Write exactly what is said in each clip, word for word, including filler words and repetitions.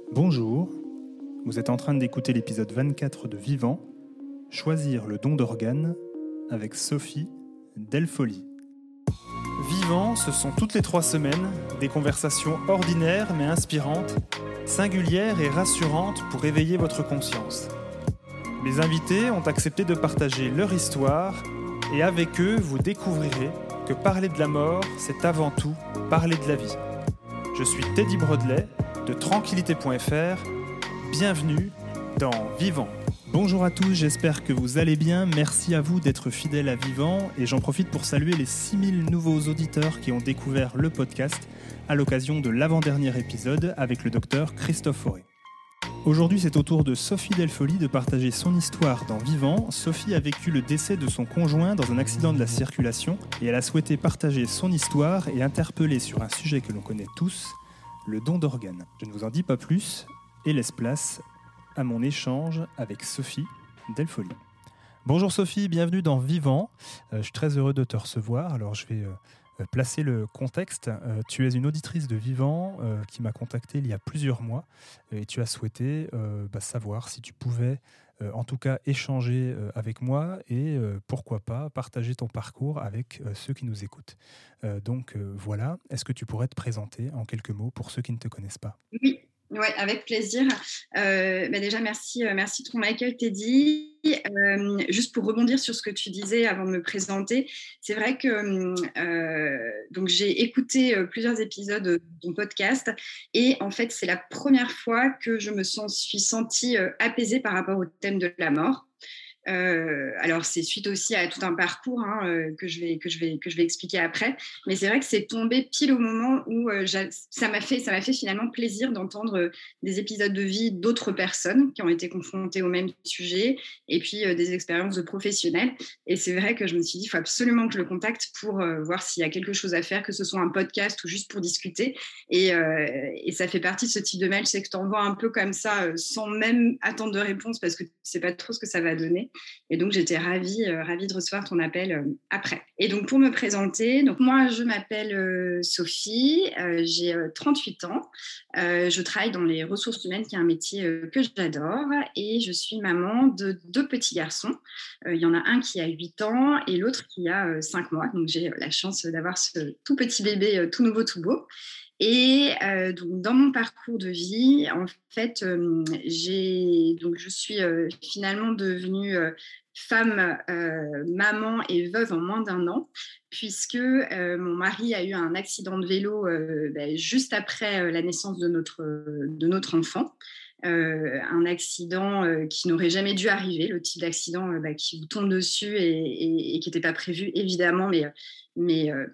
Bonjour, vous êtes en train d'écouter l'épisode vingt-quatre de Vivant, Choisir le don d'organes avec Sophie Delfoli. Vivant, ce sont toutes les trois semaines des conversations ordinaires mais inspirantes, singulières et rassurantes pour éveiller votre conscience. Mes invités ont accepté de partager leur histoire et avec eux, vous découvrirez que parler de la mort, c'est avant tout parler de la vie. Je suis Teddy Brodelet de tranquillité point f r. Bienvenue dans Vivant. Bonjour à tous, j'espère que vous allez bien. Merci à vous d'être fidèles à Vivant et j'en profite pour saluer les six mille nouveaux auditeurs qui ont découvert le podcast à l'occasion de l'avant-dernier épisode avec le docteur Christophe Fauré. Aujourd'hui, c'est au tour de Sophie Delfoli de partager son histoire dans Vivant. Sophie a vécu le décès de son conjoint dans un accident de la circulation et elle a souhaité partager son histoire et interpeller sur un sujet que l'on connaît tous, le don d'organes. Je ne vous en dis pas plus et laisse place à mon échange avec Sophie Delfoli. Bonjour Sophie, bienvenue dans Vivant. Euh, je suis très heureux de te recevoir. Alors je vais euh, placer le contexte. Euh, tu es une auditrice de Vivant euh, qui m'a contacté il y a plusieurs mois et tu as souhaité euh, bah, savoir si tu pouvais euh, en tout cas échanger euh, avec moi et euh, pourquoi pas partager ton parcours avec euh, ceux qui nous écoutent. Euh, donc euh, voilà, est-ce que tu pourrais te présenter en quelques mots pour ceux qui ne te connaissent pas ? Oui. Ouais, avec plaisir. Euh, bah déjà, merci, euh, merci de ton accueil, Teddy. Euh, juste pour rebondir sur ce que tu disais avant de me présenter, c'est vrai que euh, donc j'ai écouté euh, plusieurs épisodes de ton podcast et en fait, c'est la première fois que je me sens, suis sentie euh, apaisée par rapport au thème de la mort. Euh, alors c'est suite aussi à tout un parcours hein, euh, que je vais que je vais que je vais expliquer après, mais c'est vrai que c'est tombé pile au moment où euh, ça m'a fait ça m'a fait finalement plaisir d'entendre euh, des épisodes de vie d'autres personnes qui ont été confrontées au même sujet et puis euh, des expériences de professionnels. Et c'est vrai que je me suis dit il faut absolument que je le contacte pour euh, voir s'il y a quelque chose à faire, que ce soit un podcast ou juste pour discuter. Et, euh, et ça fait partie de ce type de mail, c'est que tu envoies un peu comme ça euh, sans même attendre de réponse parce que tu sais pas trop ce que ça va donner. Et donc, j'étais ravie, euh, ravie de recevoir ton appel euh, après. Et donc, pour me présenter, donc moi, je m'appelle euh, Sophie, euh, j'ai euh, trente-huit ans. Euh, je travaille dans les ressources humaines, qui est un métier euh, que j'adore. Et je suis maman de deux petits garçons. Euh, il y en a un qui a huit ans et l'autre qui a euh, cinq mois. Donc, j'ai euh, la chance d'avoir ce tout petit bébé, euh, tout nouveau, tout beau. Et euh, donc, dans mon parcours de vie, en fait, euh, j'ai, donc, je suis euh, finalement devenue euh, femme, euh, maman et veuve en moins d'un an, puisque euh, mon mari a eu un accident de vélo euh, ben, juste après euh, la naissance de notre, de notre enfant. Euh, un accident euh, qui n'aurait jamais dû arriver, le type d'accident euh, bah, qui vous tombe dessus et, et, et qui n'était pas prévu, évidemment, mais, mais, euh,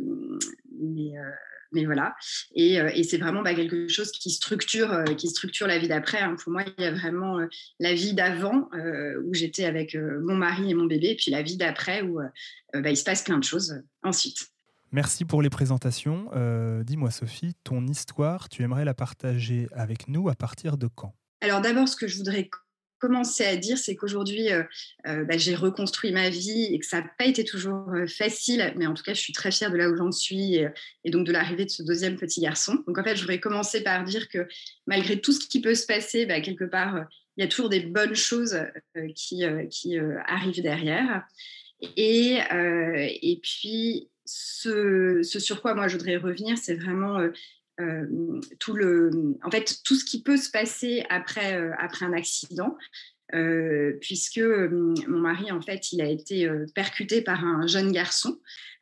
mais euh, mais voilà, et, euh, et c'est vraiment bah, quelque chose qui structure, euh, qui structure la vie d'après. Hein. Pour moi, il y a vraiment euh, la vie d'avant, euh, où j'étais avec euh, mon mari et mon bébé, et puis la vie d'après, où euh, bah, il se passe plein de choses euh, ensuite. Merci pour les présentations. Euh, dis-moi Sophie, ton histoire, tu aimerais la partager avec nous à partir de quand ? Alors d'abord, ce que je voudrais commencer à dire, c'est qu'aujourd'hui, euh, euh, bah, j'ai reconstruit ma vie et que ça n'a pas été toujours euh, facile, mais en tout cas, je suis très fière de là où j'en suis et, et donc de l'arrivée de ce deuxième petit garçon. Donc en fait, je voudrais commencer par dire que malgré tout ce qui peut se passer, bah, quelque part, euh, il y a toujours des bonnes choses euh, qui, euh, qui euh, arrivent derrière. Et, euh, et puis, ce, ce sur quoi moi je voudrais revenir, c'est vraiment... Euh, Euh, tout le, en fait, tout ce qui peut se passer après, euh, après un accident, euh, puisque euh, mon mari, en fait, il a été euh, percuté par un jeune garçon.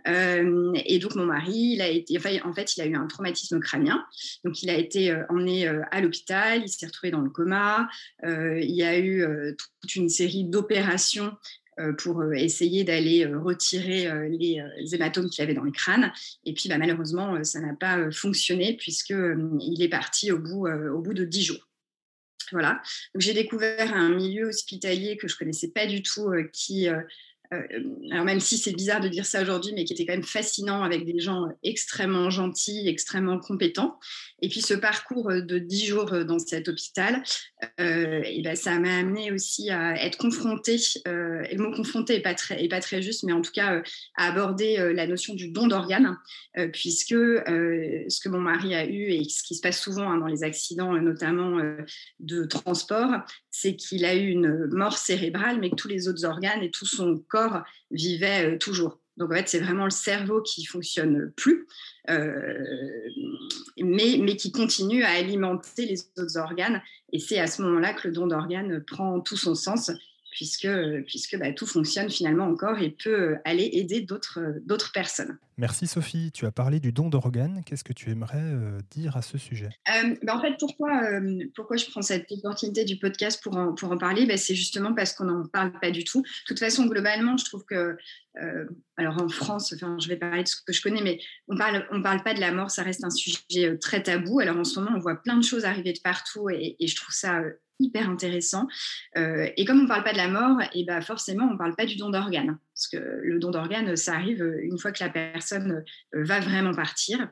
Euh, et donc, mon mari, il a été, enfin, en fait, il a eu un traumatisme crânien. Donc, il a été euh, emmené euh, à l'hôpital, il s'est retrouvé dans le coma. Euh, il y a eu euh, toute une série d'opérations pour essayer d'aller retirer les, les hématomes qu'il avait dans le crâne. Et puis, bah, malheureusement, ça n'a pas fonctionné puisqu'il est parti au bout, au bout de dix jours. Voilà. Donc, j'ai découvert un milieu hospitalier que je ne connaissais pas du tout, qui, euh, alors même si c'est bizarre de dire ça aujourd'hui, mais qui était quand même fascinant, avec des gens extrêmement gentils, extrêmement compétents. Et puis ce parcours de dix jours dans cet hôpital, euh, et ben, ça m'a amené aussi à être confrontée, euh, et le mot confrontée n'est pas, très, est pas très juste, mais en tout cas euh, à aborder euh, la notion du don d'organes, euh, puisque euh, ce que mon mari a eu, et ce qui se passe souvent hein, dans les accidents, notamment euh, de transport, c'est qu'il a eu une mort cérébrale, mais que tous les autres organes et tout son corps vivaient euh, toujours. Donc en fait, c'est vraiment le cerveau qui fonctionne plus, euh, mais, mais qui continue à alimenter les autres organes. Et c'est à ce moment-là que le don d'organes prend tout son sens, puisque, puisque bah, tout fonctionne finalement encore et peut aller aider d'autres, d'autres personnes. Merci Sophie, tu as parlé du don d'organes. Qu'est-ce que tu aimerais euh, dire à ce sujet ? euh, bah En fait, pourquoi, euh, pourquoi je prends cette opportunité du podcast pour en, pour en parler, bah, c'est justement parce qu'on n'en parle pas du tout. De toute façon, globalement, je trouve que, euh, alors en France, enfin, je vais parler de ce que je connais, mais on parle, on parle pas de la mort, ça reste un sujet très tabou. Alors en ce moment, on voit plein de choses arriver de partout et, et je trouve ça euh, hyper intéressant. Euh, et comme on ne parle pas de la mort, et ben forcément, on ne parle pas du don d'organes. Parce que le don d'organes, ça arrive une fois que la personne va vraiment partir.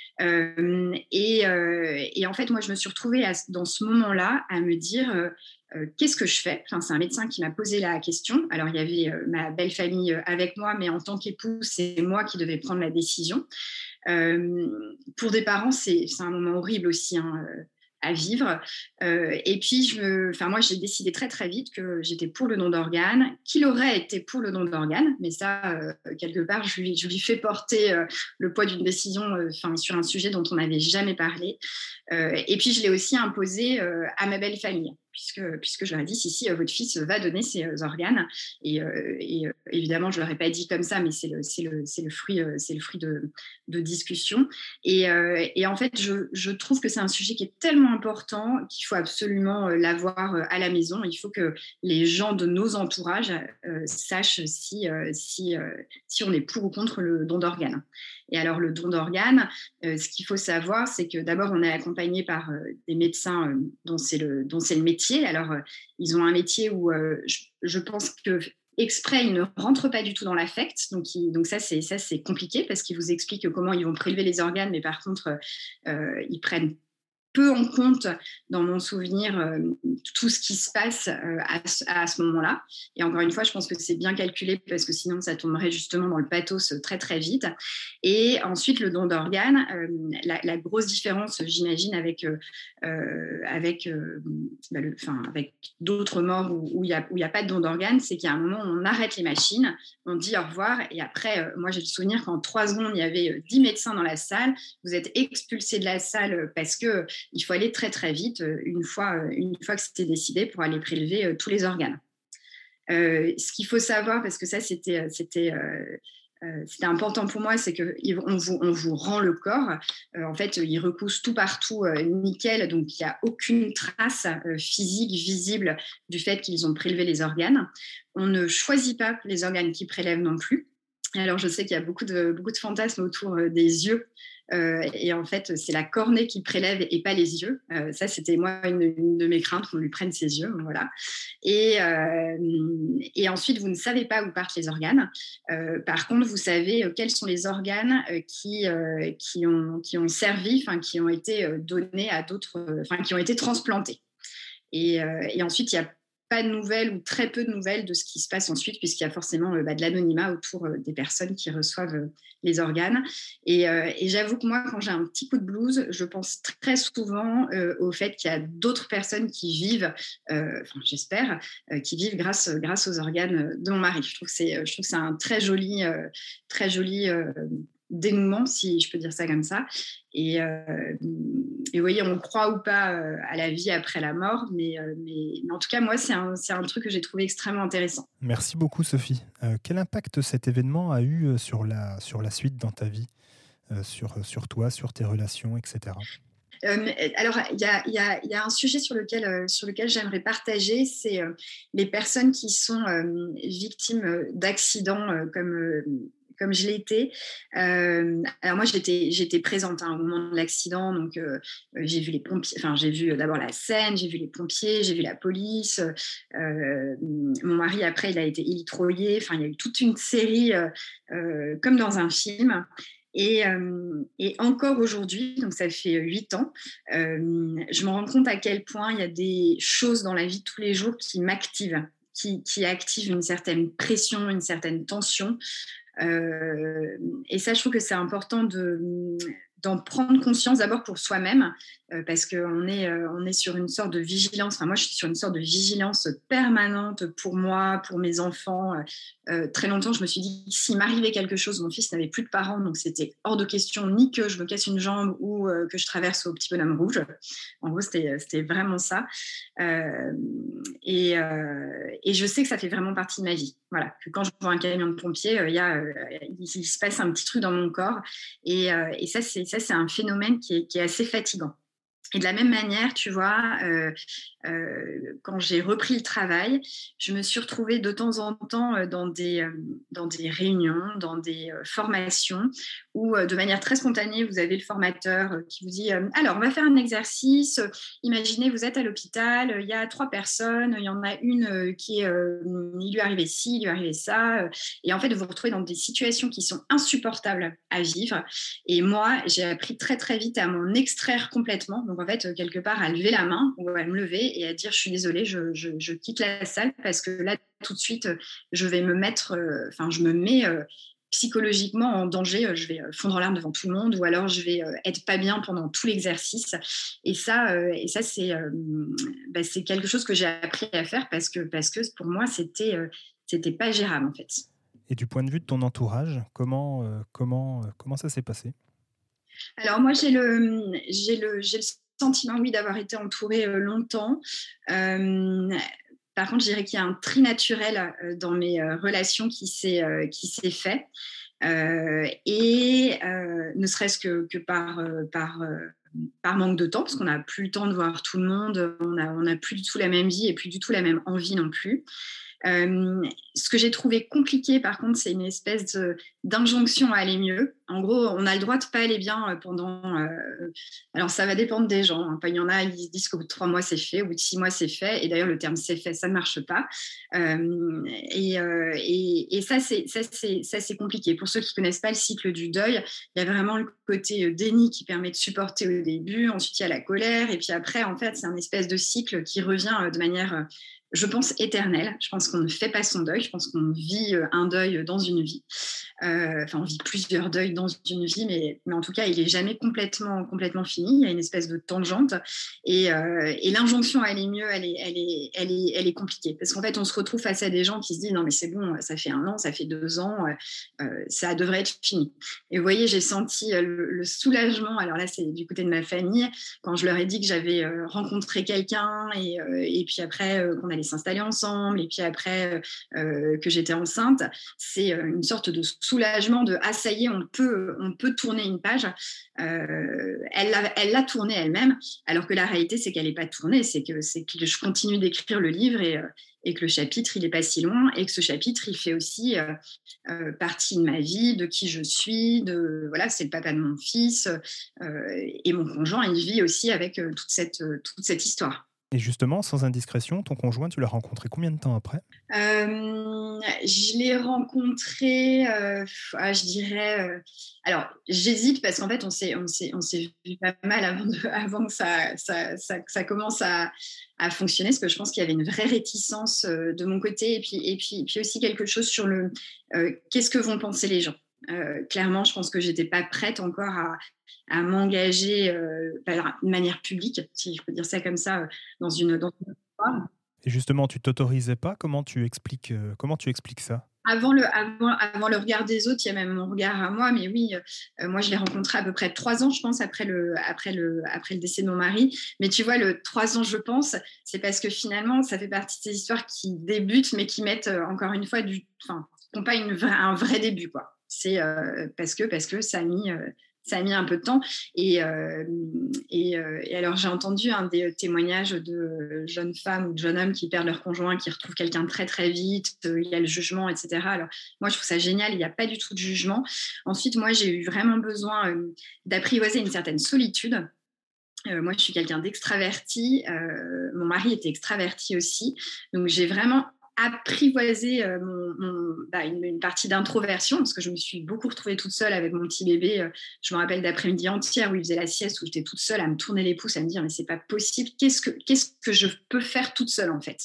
Euh, et, euh, et en fait, moi, je me suis retrouvée à, dans ce moment-là à me dire euh, euh, qu'est-ce que je fais. Enfin, c'est un médecin qui m'a posé la question. Alors, il y avait euh, ma belle famille avec moi, mais en tant qu'épouse, c'est moi qui devais prendre la décision. Euh, pour des parents, c'est, c'est un moment horrible aussi, hein, à vivre. Euh, et puis, je me, enfin, moi, j'ai décidé très, très vite que j'étais pour le don d'organes, qu'il aurait été pour le don d'organes, mais ça, euh, quelque part, je lui, je lui fais porter euh, le poids d'une décision euh, sur un sujet dont on n'avait jamais parlé. Euh, et puis, je l'ai aussi imposé euh, à ma belle famille, puisque, puisque je leur ai dit, si, si, euh, votre fils va donner ses euh, organes. Et, euh, et euh, évidemment, je ne leur ai pas dit comme ça, mais c'est le, c'est le, c'est le fruit, euh, c'est le fruit de, de discussion. Et, euh, et en fait, je, je trouve que c'est un sujet qui est tellement important qu'il faut absolument euh, l'avoir euh, à la maison. Il faut que les gens de nos entourages euh, sachent si, euh, si, euh, si on est pour ou contre le don d'organes. Et alors, le don d'organes, euh, ce qu'il faut savoir, c'est que d'abord, on est accompagné par euh, des médecins euh, dont, c'est le, dont c'est le métier. Alors, euh, ils ont un métier où euh, je, je pense que exprès, ils ne rentrent pas du tout dans l'affect. Donc, ils, donc ça, c'est, ça, c'est compliqué parce qu'ils vous expliquent comment ils vont prélever les organes, mais par contre, euh, ils prennent peu en compte, dans mon souvenir, euh, tout ce qui se passe euh, à, à ce moment-là. Et encore une fois, je pense que c'est bien calculé parce que sinon, ça tomberait justement dans le pathos très, très vite. Et ensuite, le don d'organes, euh, la, la grosse différence, j'imagine, avec, euh, avec, euh, bah, le, avec d'autres morts où il n'y a, a pas de don d'organes, c'est qu'il y a un moment où on arrête les machines, on dit au revoir, et après, euh, moi, j'ai le souvenir qu'en trois secondes, il y avait dix médecins dans la salle, vous êtes expulsés de la salle parce que il faut aller très très vite une fois, une fois que c'était décidé pour aller prélever euh, tous les organes. Euh, ce qu'il faut savoir, parce que ça c'était, c'était, euh, euh, c'était important pour moi, c'est qu'on vous, on vous rend le corps. Euh, en fait, ils recoussent tout partout euh, nickel, donc il n'y a aucune trace euh, physique visible du fait qu'ils ont prélevé les organes. On ne choisit pas les organes qu'ils prélèvent non plus. Alors, je sais qu'il y a beaucoup de, beaucoup de fantasmes autour euh, des yeux. Euh, et en fait, c'est la cornée qui prélève et pas les yeux. Euh, ça, c'était moi une, une de mes craintes, qu'on lui prenne ses yeux. Voilà. Et, euh, et ensuite, vous ne savez pas où partent les organes. Euh, par contre, vous savez quels sont les organes qui, euh, qui, ont, qui ont servi, enfin, qui ont été donnés à d'autres, enfin, qui ont été transplantés. Et, euh, et ensuite, il y a pas de nouvelles ou très peu de nouvelles de ce qui se passe ensuite, puisqu'il y a forcément euh, bah, de l'anonymat autour euh, des personnes qui reçoivent euh, les organes. Et, euh, et j'avoue que moi, quand j'ai un petit coup de blues, je pense très souvent euh, au fait qu'il y a d'autres personnes qui vivent, euh, enfin, j'espère, euh, qui vivent grâce, grâce aux organes de mon mari. Je trouve que c'est, je trouve que c'est un très joli, euh, très joli euh, dénouement, si je peux dire ça comme ça. Et, euh, et oui, on croit ou pas euh, à la vie après la mort, mais, euh, mais, mais en tout cas, moi, c'est un, c'est un truc que j'ai trouvé extrêmement intéressant. Merci beaucoup, Sophie. Euh, quel impact cet événement a eu sur la, sur la suite dans ta vie, euh, sur, sur toi, sur tes relations, et cetera. Euh, alors, il y a, y, a, y a un sujet sur lequel, euh, sur lequel j'aimerais partager, c'est euh, les personnes qui sont euh, victimes d'accidents euh, comme... Euh, comme je l'étais. Euh, alors moi, j'étais, j'étais présente hein, au moment de l'accident, donc euh, j'ai vu les pompiers, enfin j'ai vu d'abord la scène, j'ai vu les pompiers, j'ai vu la police. Euh, mon mari après, il a été électroyé. Enfin, il y a eu toute une série euh, euh, comme dans un film. Et, euh, et encore aujourd'hui, donc ça fait huit ans, euh, je me rends compte à quel point il y a des choses dans la vie de tous les jours qui m'activent, qui, qui activent une certaine pression, une certaine tension. Euh, et ça, je trouve que c'est important de, d'en prendre conscience d'abord pour soi-même, euh, parce qu'on est, euh, on est sur une sorte de vigilance. Enfin, moi, je suis sur une sorte de vigilance permanente pour moi, pour mes enfants. Euh, très longtemps, je me suis dit, s'il m'arrivait quelque chose, mon fils n'avait plus de parents, donc c'était hors de question ni que je me casse une jambe ou euh, que je traverse au petit bonhomme rouge. En gros, c'était, c'était vraiment ça. Euh, et, euh, et je sais que ça fait vraiment partie de ma vie. Voilà, que quand je vois un camion de pompiers, euh, il, y a, euh, il, il se passe un petit truc dans mon corps. Et, euh, et ça, c'est, ça, c'est un phénomène qui est, qui est assez fatigant. Et de la même manière, tu vois, euh, euh, quand j'ai repris le travail, je me suis retrouvée de temps en temps dans des, euh, dans des réunions, dans des euh, formations où, euh, de manière très spontanée, vous avez le formateur qui vous dit euh, « Alors, on va faire un exercice. Imaginez, vous êtes à l'hôpital, il y a trois personnes, il y en a une euh, qui est... Euh, il lui est arrivé ci, il lui est arrivé ça. » Et en fait, vous vous retrouvez dans des situations qui sont insupportables à vivre. Et moi, j'ai appris très, très vite à m'en extraire complètement. Donc, en fait, quelque part, à lever la main ou à me lever et à dire « Je suis désolée, je, je, je quitte la salle parce que là, tout de suite, je vais me mettre... Enfin, euh, je me mets... Euh, psychologiquement en danger, je vais fondre en larmes devant tout le monde ou alors je vais être pas bien pendant tout l'exercice. Et ça, et ça c'est, bah, c'est quelque chose que j'ai appris à faire parce que, parce que pour moi, c'était, c'était pas gérable en fait. Et du point de vue de ton entourage, comment, euh, comment, euh, comment ça s'est passé ? Alors moi, j'ai le, j'ai le, j'ai le sentiment, oui, d'avoir été entourée longtemps. Euh, Par contre, je dirais qu'il y a un tri naturel dans mes relations qui s'est, qui s'est fait. Euh, et euh, ne serait-ce que, que par, euh, par, euh, par manque de temps, parce qu'on n'a plus le temps de voir tout le monde, on n'a on a plus du tout la même vie et plus du tout la même envie non plus. Euh, ce que j'ai trouvé compliqué, par contre, c'est une espèce de, d'injonction à aller mieux. En gros, on a le droit de pas aller bien pendant... Euh, alors, ça va dépendre des gens. Hein. Il y en a, ils disent qu'au bout de trois mois, c'est fait. Au bout de six mois, c'est fait. Et d'ailleurs, le terme « c'est fait », ça ne marche pas. Euh, et, euh, et, et ça, c'est, ça, c'est, ça, c'est compliqué. Pour ceux qui ne connaissent pas le cycle du deuil, il y a vraiment le côté déni qui permet de supporter au début. Ensuite, il y a la colère. Et puis après, en fait, c'est un espèce de cycle qui revient de manière... je pense, éternelle. Je pense qu'on ne fait pas son deuil. Je pense qu'on vit un deuil dans une vie. Euh, enfin, on vit plusieurs deuils dans une vie, mais, mais en tout cas, il n'est jamais complètement, complètement fini. Il y a une espèce de tangente. Et, euh, et l'injonction à aller mieux, elle est, elle, est, elle, est, elle est compliquée. Parce qu'en fait, on se retrouve face à des gens qui se disent « Non, mais c'est bon, ça fait un an, ça fait deux ans, euh, ça devrait être fini. » Et vous voyez, j'ai senti le, le soulagement. Alors là, c'est du côté de ma famille. Quand je leur ai dit que j'avais rencontré quelqu'un et, euh, et puis après, euh, qu'on allait s'installer ensemble et puis après euh, que j'étais enceinte, c'est une sorte de soulagement de ah ça y est, on peut on peut tourner une page. Euh, elle l'a elle l'a tournée elle-même, alors que la réalité c'est qu'elle n'est pas tournée, c'est que c'est que je continue d'écrire le livre et et que le chapitre il est pas si loin et que ce chapitre il fait aussi euh, euh, partie de ma vie, de qui je suis, de voilà, c'est le papa de mon fils euh, et mon conjoint il vit aussi avec euh, toute cette euh, toute cette histoire. Et justement, sans indiscrétion, ton conjoint, tu l'as rencontré combien de temps après ? euh, Je l'ai rencontré, euh, ah, je dirais... Euh, alors, j'hésite parce qu'en fait, on s'est, on s'est, on s'est vu pas mal avant, de, avant que ça, ça, ça, ça commence à, à fonctionner, parce que je pense qu'il y avait une vraie réticence euh, de mon côté, et puis, et puis, et puis aussi quelque chose sur le euh, qu'est-ce que vont penser les gens. Euh, clairement, je pense que j'étais pas prête encore à, à m'engager euh, de manière publique, si je peux dire ça comme ça, dans une, dans une forme. Et justement, tu t'autorisais pas ? Comment tu expliques, euh, comment tu expliques ça ? Avant le, avant, avant le regard des autres, il y a même mon regard à moi, mais oui, euh, moi je l'ai rencontré à peu près trois ans, je pense, après le, après, le, après le décès de mon mari. Mais tu vois, le trois ans, je pense, c'est parce que finalement, ça fait partie de ces histoires qui débutent, mais qui mettent, euh, encore une fois, du, enfin, qui n'ont pas une vraie, un vrai début, quoi. C'est euh, parce, que, parce que ça a mis... Euh, ça a mis un peu de temps. Et, euh, et, euh, et alors, j'ai entendu un des témoignages de jeunes femmes ou de jeunes hommes qui perdent leur conjoint, qui retrouvent quelqu'un très, très vite. Euh, il y a le jugement, et cetera. Alors, moi, je trouve ça génial. Il n'y a pas du tout de jugement. Ensuite, moi, j'ai eu vraiment besoin euh, d'apprivoiser une certaine solitude. Euh, moi, je suis quelqu'un d'extraverti. Euh, mon mari était extraverti aussi. Donc, j'ai vraiment apprivoiser euh, mon, mon, bah, une, une partie d'introversion parce que je me suis beaucoup retrouvée toute seule avec mon petit bébé. Euh, je me rappelle d'après-midi entière où il faisait la sieste, où j'étais toute seule à me tourner les pouces, à me dire mais c'est pas possible, qu'est-ce que, qu'est-ce que je peux faire toute seule en fait.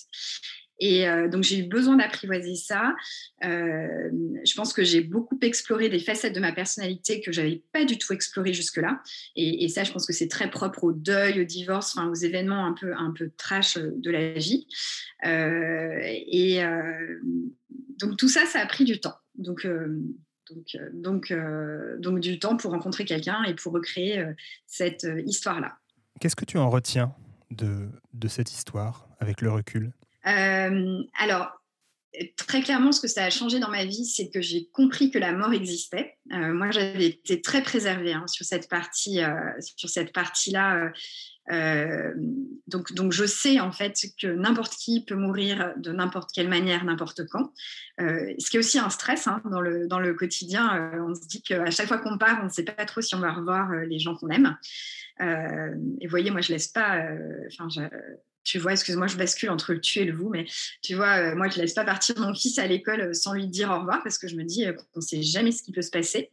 Et euh, donc, j'ai eu besoin d'apprivoiser ça. Euh, je pense que j'ai beaucoup exploré des facettes de ma personnalité que je n'avais pas du tout explorées jusque-là. Et, et ça, je pense que c'est très propre au deuil, au divorce, enfin, aux événements un peu, un peu trash de la vie. Euh, et euh, donc, tout ça, ça a pris du temps. Donc, euh, donc, donc, euh, donc, du temps pour rencontrer quelqu'un et pour recréer euh, cette euh, histoire-là. Qu'est-ce que tu en retiens de, de cette histoire avec le recul ? Euh, alors, très clairement, ce que ça a changé dans ma vie, c'est que j'ai compris que la mort existait. Euh, moi, j'avais été très préservée hein, sur cette partie, euh, sur cette partie-là. Euh, donc, donc, je sais en fait que n'importe qui peut mourir de n'importe quelle manière, n'importe quand. Euh, ce qui est aussi un stress hein, dans le dans le quotidien. Euh, on se dit qu'à chaque fois qu'on part, on ne sait pas trop si on va revoir euh, les gens qu'on aime. Euh, et vous voyez, moi, je laisse pas. Enfin, euh, tu vois, excuse-moi, je bascule entre le tu et le vous, mais tu vois, euh, moi, je ne laisse pas partir mon fils à l'école sans lui dire au revoir parce que je me dis euh, qu'on ne sait jamais ce qui peut se passer.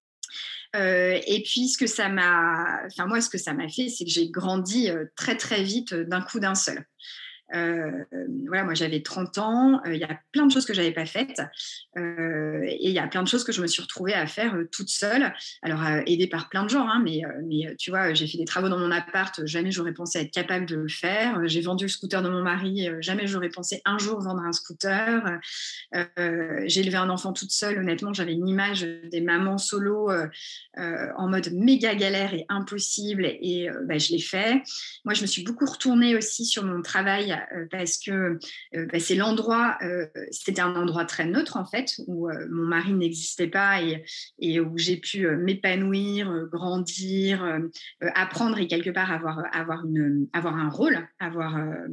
Euh, et puis, ce que ça m'a, enfin, moi, ce que ça m'a fait, c'est que j'ai grandi euh, très, très vite euh, d'un coup d'un seul. Euh, voilà, moi j'avais trente ans, il euh, y a plein de choses que je n'avais pas faites euh, et il y a plein de choses que je me suis retrouvée à faire euh, toute seule, alors euh, aidée par plein de gens, hein, mais, euh, mais tu vois, j'ai fait des travaux dans mon appart, jamais j'aurais pensé être capable de le faire, j'ai vendu le scooter de mon mari, euh, jamais j'aurais pensé un jour vendre un scooter, euh, j'ai élevé un enfant toute seule, honnêtement j'avais une image des mamans solo euh, euh, en mode méga galère et impossible et euh, bah, je l'ai fait. Moi je me suis beaucoup retournée aussi sur mon travail Euh, parce que euh, bah, c'est l'endroit, euh, c'était un endroit très neutre en fait, où euh, mon mari n'existait pas et, et où j'ai pu euh, m'épanouir, euh, grandir, euh, euh, apprendre et quelque part avoir, avoir, une, avoir un rôle, avoir... Euh,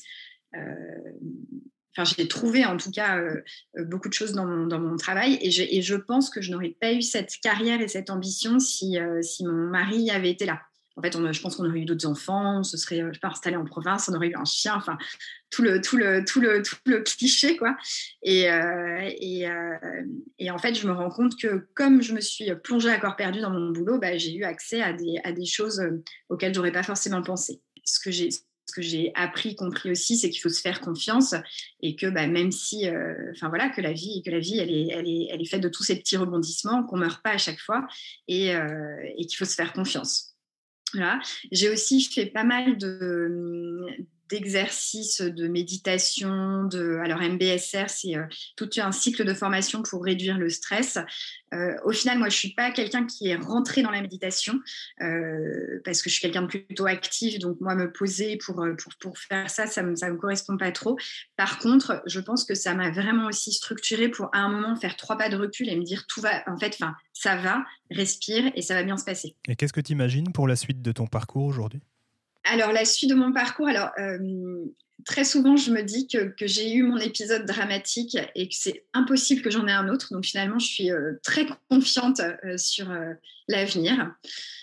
euh, Enfin, j'ai trouvé en tout cas euh, beaucoup de choses dans mon, dans mon travail et je, et je pense que je n'aurais pas eu cette carrière et cette ambition si, euh, si mon mari avait été là. En fait, on, je pense qu'on aurait eu d'autres enfants, on se serait je sais pas, installé en province, on aurait eu un chien, enfin, tout le, tout le, tout le, tout le cliché, quoi. Et, euh, et, euh, et en fait, je me rends compte que comme je me suis plongée à corps perdu dans mon boulot, bah, j'ai eu accès à des, à des choses auxquelles je n'aurais pas forcément pensé. Ce que j'ai Ce que j'ai appris, compris aussi, c'est qu'il faut se faire confiance et que bah, même si, euh, enfin voilà, que la vie, que la vie, elle est, elle est, elle est faite de tous ces petits rebondissements, qu'on meurt pas à chaque fois et, euh, et qu'il faut se faire confiance. Voilà. J'ai aussi fait pas mal de, d'exercices de méditation. De, alors M B S R, c'est euh, tout un cycle de formation pour réduire le stress. Euh, au final, moi, je ne suis pas quelqu'un qui est rentré dans la méditation euh, parce que je suis quelqu'un de plutôt actif. Donc, moi, me poser pour, pour, pour faire ça, ça ne me, ça me correspond pas trop. Par contre, je pense que ça m'a vraiment aussi structurée pour, à un moment, faire trois pas de recul et me dire, tout va, en fait, enfin, ça va, respire et ça va bien se passer. Et qu'est-ce que tu imagines pour la suite de ton parcours aujourd'hui ? Alors, la suite de mon parcours, alors... Euh, très souvent, je me dis que, que j'ai eu mon épisode dramatique et que c'est impossible que j'en ai un autre. Donc, finalement, je suis euh, très confiante euh, sur euh, l'avenir.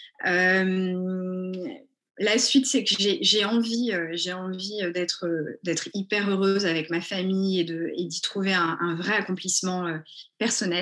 Euh, la suite, c'est que j'ai, j'ai envie, euh, j'ai envie d'être, euh, d'être hyper heureuse avec ma famille et, de, et d'y trouver un, un vrai accomplissement euh, personnel.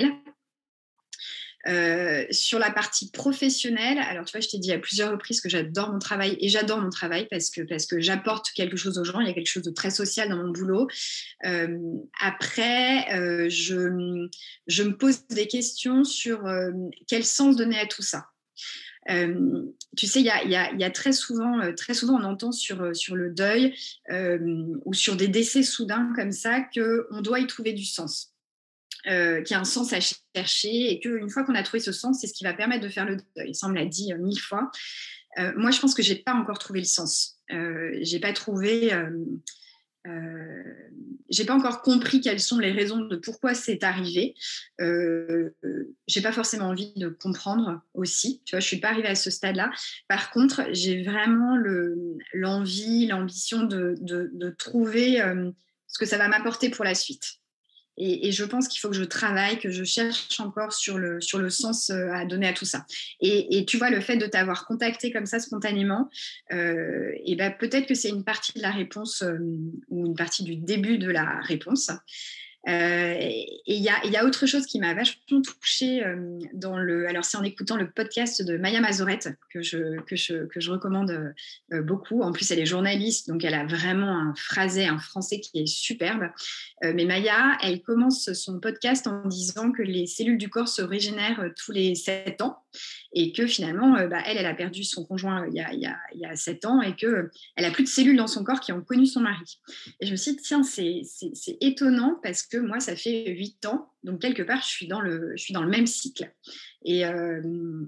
Euh, sur la partie professionnelle, alors tu vois, je t'ai dit à plusieurs reprises que j'adore mon travail et j'adore mon travail parce que, parce que j'apporte quelque chose aux gens, il y a quelque chose de très social dans mon boulot. Euh, après, euh, je, je me pose des questions sur euh, quel sens donner à tout ça. Euh, tu sais, il y a, y, a, y a très souvent, euh, très souvent, on entend sur, sur le deuil euh, ou sur des décès soudains comme ça qu'on doit y trouver du sens. Euh, qu'il y a un sens à chercher et qu'une fois qu'on a trouvé ce sens, c'est ce qui va permettre de faire le deuil. Ça, on me l'a dit euh, mille fois. Euh, moi, je pense que je n'ai pas encore trouvé le sens. Euh, je n'ai pas trouvé... Euh, Euh, j'ai pas encore compris quelles sont les raisons de pourquoi c'est arrivé. Euh, j'ai pas forcément envie de comprendre aussi. Tu vois, je suis pas arrivée à ce stade-là. Par contre, j'ai vraiment le, l'envie, l'ambition de, de, de trouver euh, ce que ça va m'apporter pour la suite. Et, et je pense qu'il faut que je travaille, que je cherche encore sur le, sur le sens à donner à tout ça. Et, et tu vois, le fait de t'avoir contacté comme ça spontanément, euh, et ben peut-être que c'est une partie de la réponse euh, ou une partie du début de la réponse. Euh, et il y a, y a autre chose qui m'a vachement touchée euh, dans le. Alors, c'est en écoutant le podcast de Maya Mazorette que je, que je, que je recommande euh, beaucoup. En plus, elle est journaliste, donc elle a vraiment un phrasé, un français qui est superbe. Euh, mais Maya, elle commence son podcast en disant que les cellules du corps se régénèrent tous les sept ans et que finalement, euh, bah, elle, elle a perdu son conjoint il y a, il y a, il y a sept ans et qu'elle n'a plus de cellules dans son corps qui ont connu son mari. Et je me suis dit, tiens, c'est, c'est, c'est étonnant parce que moi, ça fait huit ans, donc quelque part, je suis dans le, je suis dans le même cycle. Et, euh,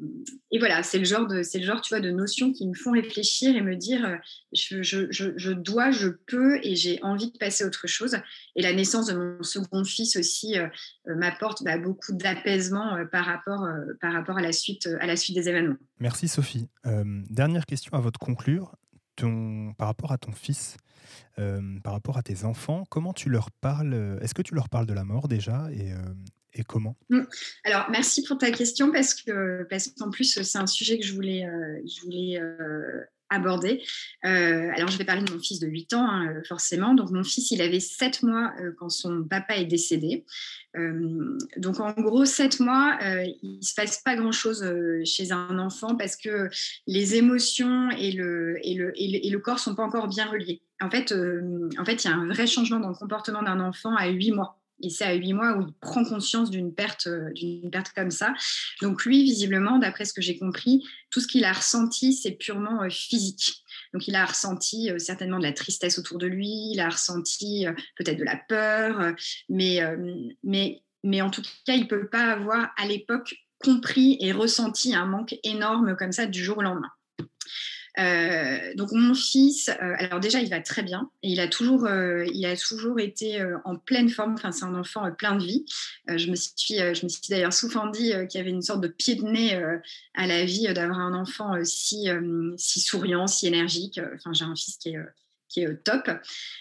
et voilà, c'est le genre de, c'est le genre, tu vois, de notions qui me font réfléchir et me dire, euh, je, je, je, je dois, je peux, et j'ai envie de passer à autre chose. Et la naissance de mon second fils aussi euh, euh, m'apporte bah, beaucoup d'apaisement euh, par rapport, euh, par rapport à la suite, euh, à la suite des événements. Merci Sophie. Euh, dernière question avant de conclure. Ton, par rapport à ton fils, euh, par rapport à tes enfants, comment tu leur parles? Est-ce que tu leur parles de la mort déjà et, euh, et comment? Alors, merci pour ta question parce, que, parce qu'en plus, c'est un sujet que je voulais, euh, je voulais euh, aborder. Euh, alors, je vais parler de mon fils de huit ans, hein, forcément. Donc, mon fils, il avait sept mois euh, quand son papa est décédé. Euh, donc, en gros, sept mois, euh, il ne se passe pas grand-chose euh, chez un enfant parce que les émotions et le, et le, et le, et le corps ne sont pas encore bien reliés. En fait, euh, en fait, il y a un vrai changement dans le comportement d'un enfant à huit mois. Et c'est à huit mois où il prend conscience d'une perte, d'une perte comme ça. Donc lui, visiblement, d'après ce que j'ai compris, tout ce qu'il a ressenti, c'est purement euh, physique. Donc il a ressenti euh, certainement de la tristesse autour de lui, il a ressenti euh, peut-être de la peur, euh, mais, euh, mais, mais en tout cas, il ne peut pas avoir à l'époque compris et ressenti un manque énorme comme ça du jour au lendemain. Euh, donc mon fils, euh, alors déjà il va très bien et il a toujours, euh, il a toujours été euh, en pleine forme. Enfin c'est un enfant euh, plein de vie. Euh, je me suis, euh, je me suis d'ailleurs souvent dit euh, qu'il y avait une sorte de pied de nez euh, à la vie euh, d'avoir un enfant euh, si, euh, si souriant, si énergique. Enfin j'ai un fils qui est, euh, qui est euh, top.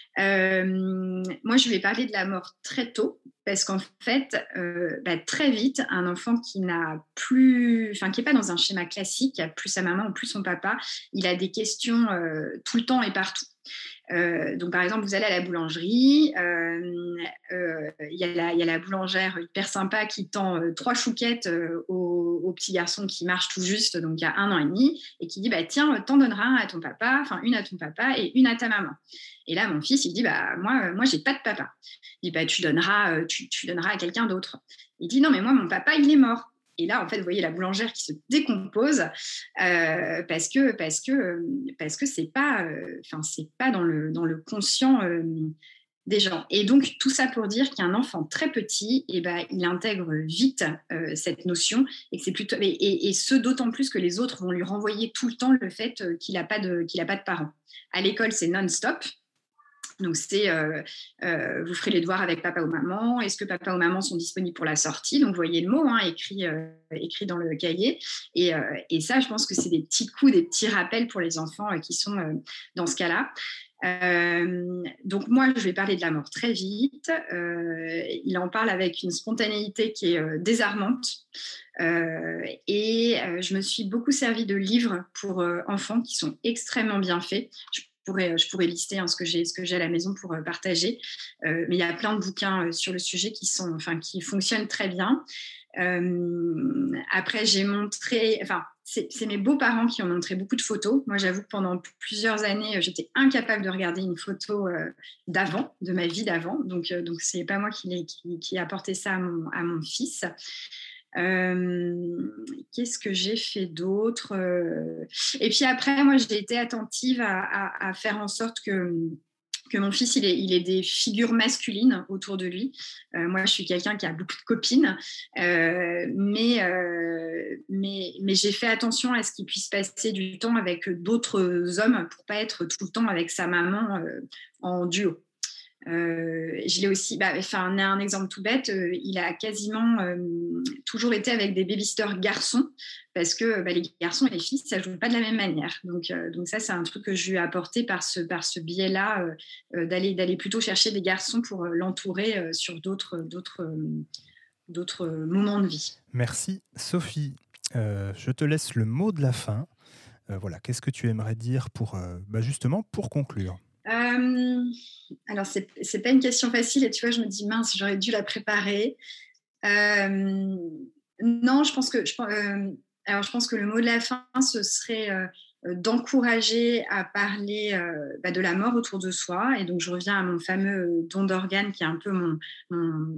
Euh, moi, je lui ai parlé de la mort très tôt parce qu'en fait, euh, bah, très vite, un enfant qui n'a plus, enfin, qui n'est pas dans un schéma classique, qui a plus sa maman ou plus son papa, il a des questions euh, tout le temps et partout. Euh, donc, par exemple, vous allez à la boulangerie, il euh, euh, y, y a la boulangère hyper sympa qui tend euh, trois chouquettes euh, au, au petit garçon qui marche tout juste, donc il y a un an et demi, et qui dit bah, tiens, t'en donneras un à ton papa, enfin une à ton papa et une à ta maman. Et là, mon fils, il dit bah, moi, euh, moi, j'ai pas de papa. Il dit bah, tu donneras, euh, tu, tu donneras à quelqu'un d'autre. Il dit non, mais moi, mon papa, il est mort. Et là, en fait, vous voyez la boulangère qui se décompose euh, parce que parce que parce que c'est pas, enfin euh, c'est pas dans le dans le conscient euh, des gens. Et donc tout ça pour dire qu'un enfant très petit, et eh ben il intègre vite euh, cette notion et que c'est plutôt et, et, et ce d'autant plus que les autres vont lui renvoyer tout le temps le fait euh, qu'il a pas de qu'il a pas de parents. À l'école, c'est non-stop. Donc, c'est euh, euh, vous ferez les devoirs avec papa ou maman. Est-ce que papa ou maman sont disponibles pour la sortie? Donc, vous voyez le mot hein, écrit, euh, écrit dans le cahier. Et, euh, et ça, je pense que c'est des petits coups, des petits rappels pour les enfants euh, qui sont euh, dans ce cas-là. Euh, donc, moi, je vais parler de la mort très vite. Euh, il en parle avec une spontanéité qui est euh, désarmante. Euh, et euh, je me suis beaucoup servi de livres pour euh, enfants qui sont extrêmement bien faits. Je Pourrais, je pourrais lister hein, ce que j'ai ce que j'ai à la maison pour euh, partager. Euh, mais il y a plein de bouquins euh, sur le sujet qui, sont, enfin, qui fonctionnent très bien. Euh, après, j'ai montré... Enfin, c'est, c'est mes beaux-parents qui ont montré beaucoup de photos. Moi, j'avoue que pendant plusieurs années, j'étais incapable de regarder une photo euh, d'avant, de ma vie d'avant. Donc, euh, donc c'est pas moi qui ai qui, qui apporté ça à mon, à mon fils. Euh, qu'est-ce que j'ai fait d'autre? Et puis après, moi, j'ai été attentive à, à, à faire en sorte que, que mon fils, il ait, il ait des figures masculines autour de lui. Euh, moi, je suis quelqu'un qui a beaucoup de copines, euh, mais, euh, mais, mais j'ai fait attention à ce qu'il puisse passer du temps avec d'autres hommes pour pas être tout le temps avec sa maman euh, en duo. Euh, je l'ai aussi, bah, enfin, on a un exemple tout bête, euh, il a quasiment euh, toujours été avec des baby-sitters garçons, parce que bah, les garçons et les filles, ça ne joue pas de la même manière. Donc, euh, donc ça, c'est un truc que je lui ai apporté par ce, par ce biais-là, euh, euh, d'aller, d'aller plutôt chercher des garçons pour euh, l'entourer euh, sur d'autres, d'autres, euh, d'autres moments de vie. Merci Sophie. Euh, je te laisse le mot de la fin. Euh, voilà, qu'est-ce que tu aimerais dire pour, euh, bah justement pour conclure? Euh, alors, c'est, c'est pas une question facile et tu vois, je me dis, mince, j'aurais dû la préparer. Euh, non, je pense que je, euh, alors je pense que le mot de la fin, ce serait euh, d'encourager à parler euh, bah, de la mort autour de soi. Et donc, je reviens à mon fameux don d'organes qui est un peu mon, mon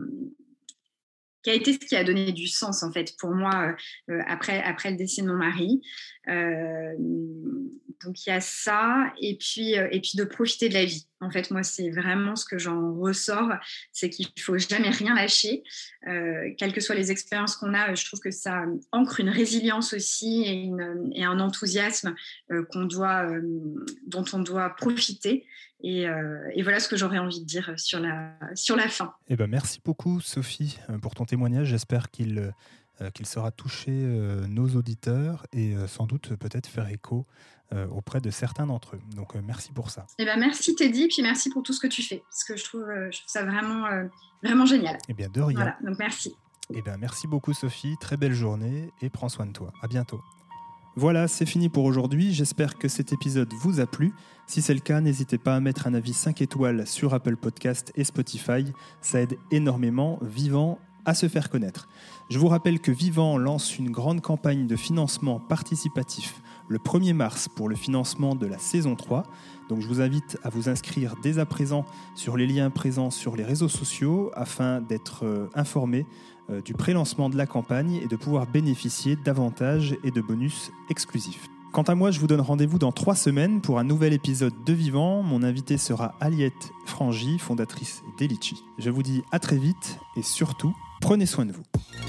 qui a été ce qui a donné du sens en fait pour moi euh, après, après le décès de mon mari. Euh, donc il y a ça et puis, euh, et puis de profiter de la vie. En fait, moi, c'est vraiment ce que j'en ressors, c'est qu'il ne faut jamais rien lâcher. Euh, quelles que soient les expériences qu'on a, je trouve que ça ancre une résilience aussi et, une, et un enthousiasme euh, qu'on doit, euh, dont on doit profiter. Et, euh, et voilà ce que j'aurais envie de dire sur la, sur la fin. Eh ben, merci beaucoup, Sophie, pour ton témoignage. J'espère qu'il, euh, qu'il sera touché euh, nos auditeurs et euh, sans doute peut-être faire écho euh, auprès de certains d'entre eux. Donc, euh, merci pour ça. Eh ben, merci Teddy, puis merci pour tout ce que tu fais, parce que je trouve, euh, je trouve ça vraiment, euh, vraiment génial. Eh bien, de rien. Voilà, donc merci. Eh bien, merci beaucoup, Sophie. Très belle journée et prends soin de toi. À bientôt. Voilà, c'est fini pour aujourd'hui. J'espère que cet épisode vous a plu. Si c'est le cas, n'hésitez pas à mettre un avis cinq étoiles sur Apple Podcast et Spotify. Ça aide énormément Vivant à se faire connaître. Je vous rappelle que Vivant lance une grande campagne de financement participatif le premier mars pour le financement de la saison trois. Donc je vous invite à vous inscrire dès à présent sur les liens présents sur les réseaux sociaux afin d'être informé du pré-lancement de la campagne et de pouvoir bénéficier d'avantages et de bonus exclusifs. Quant à moi, je vous donne rendez-vous dans trois semaines pour un nouvel épisode de Vivant. Mon invité sera Aliette Frangy, fondatrice d'Elici. Je vous dis à très vite et surtout, prenez soin de vous.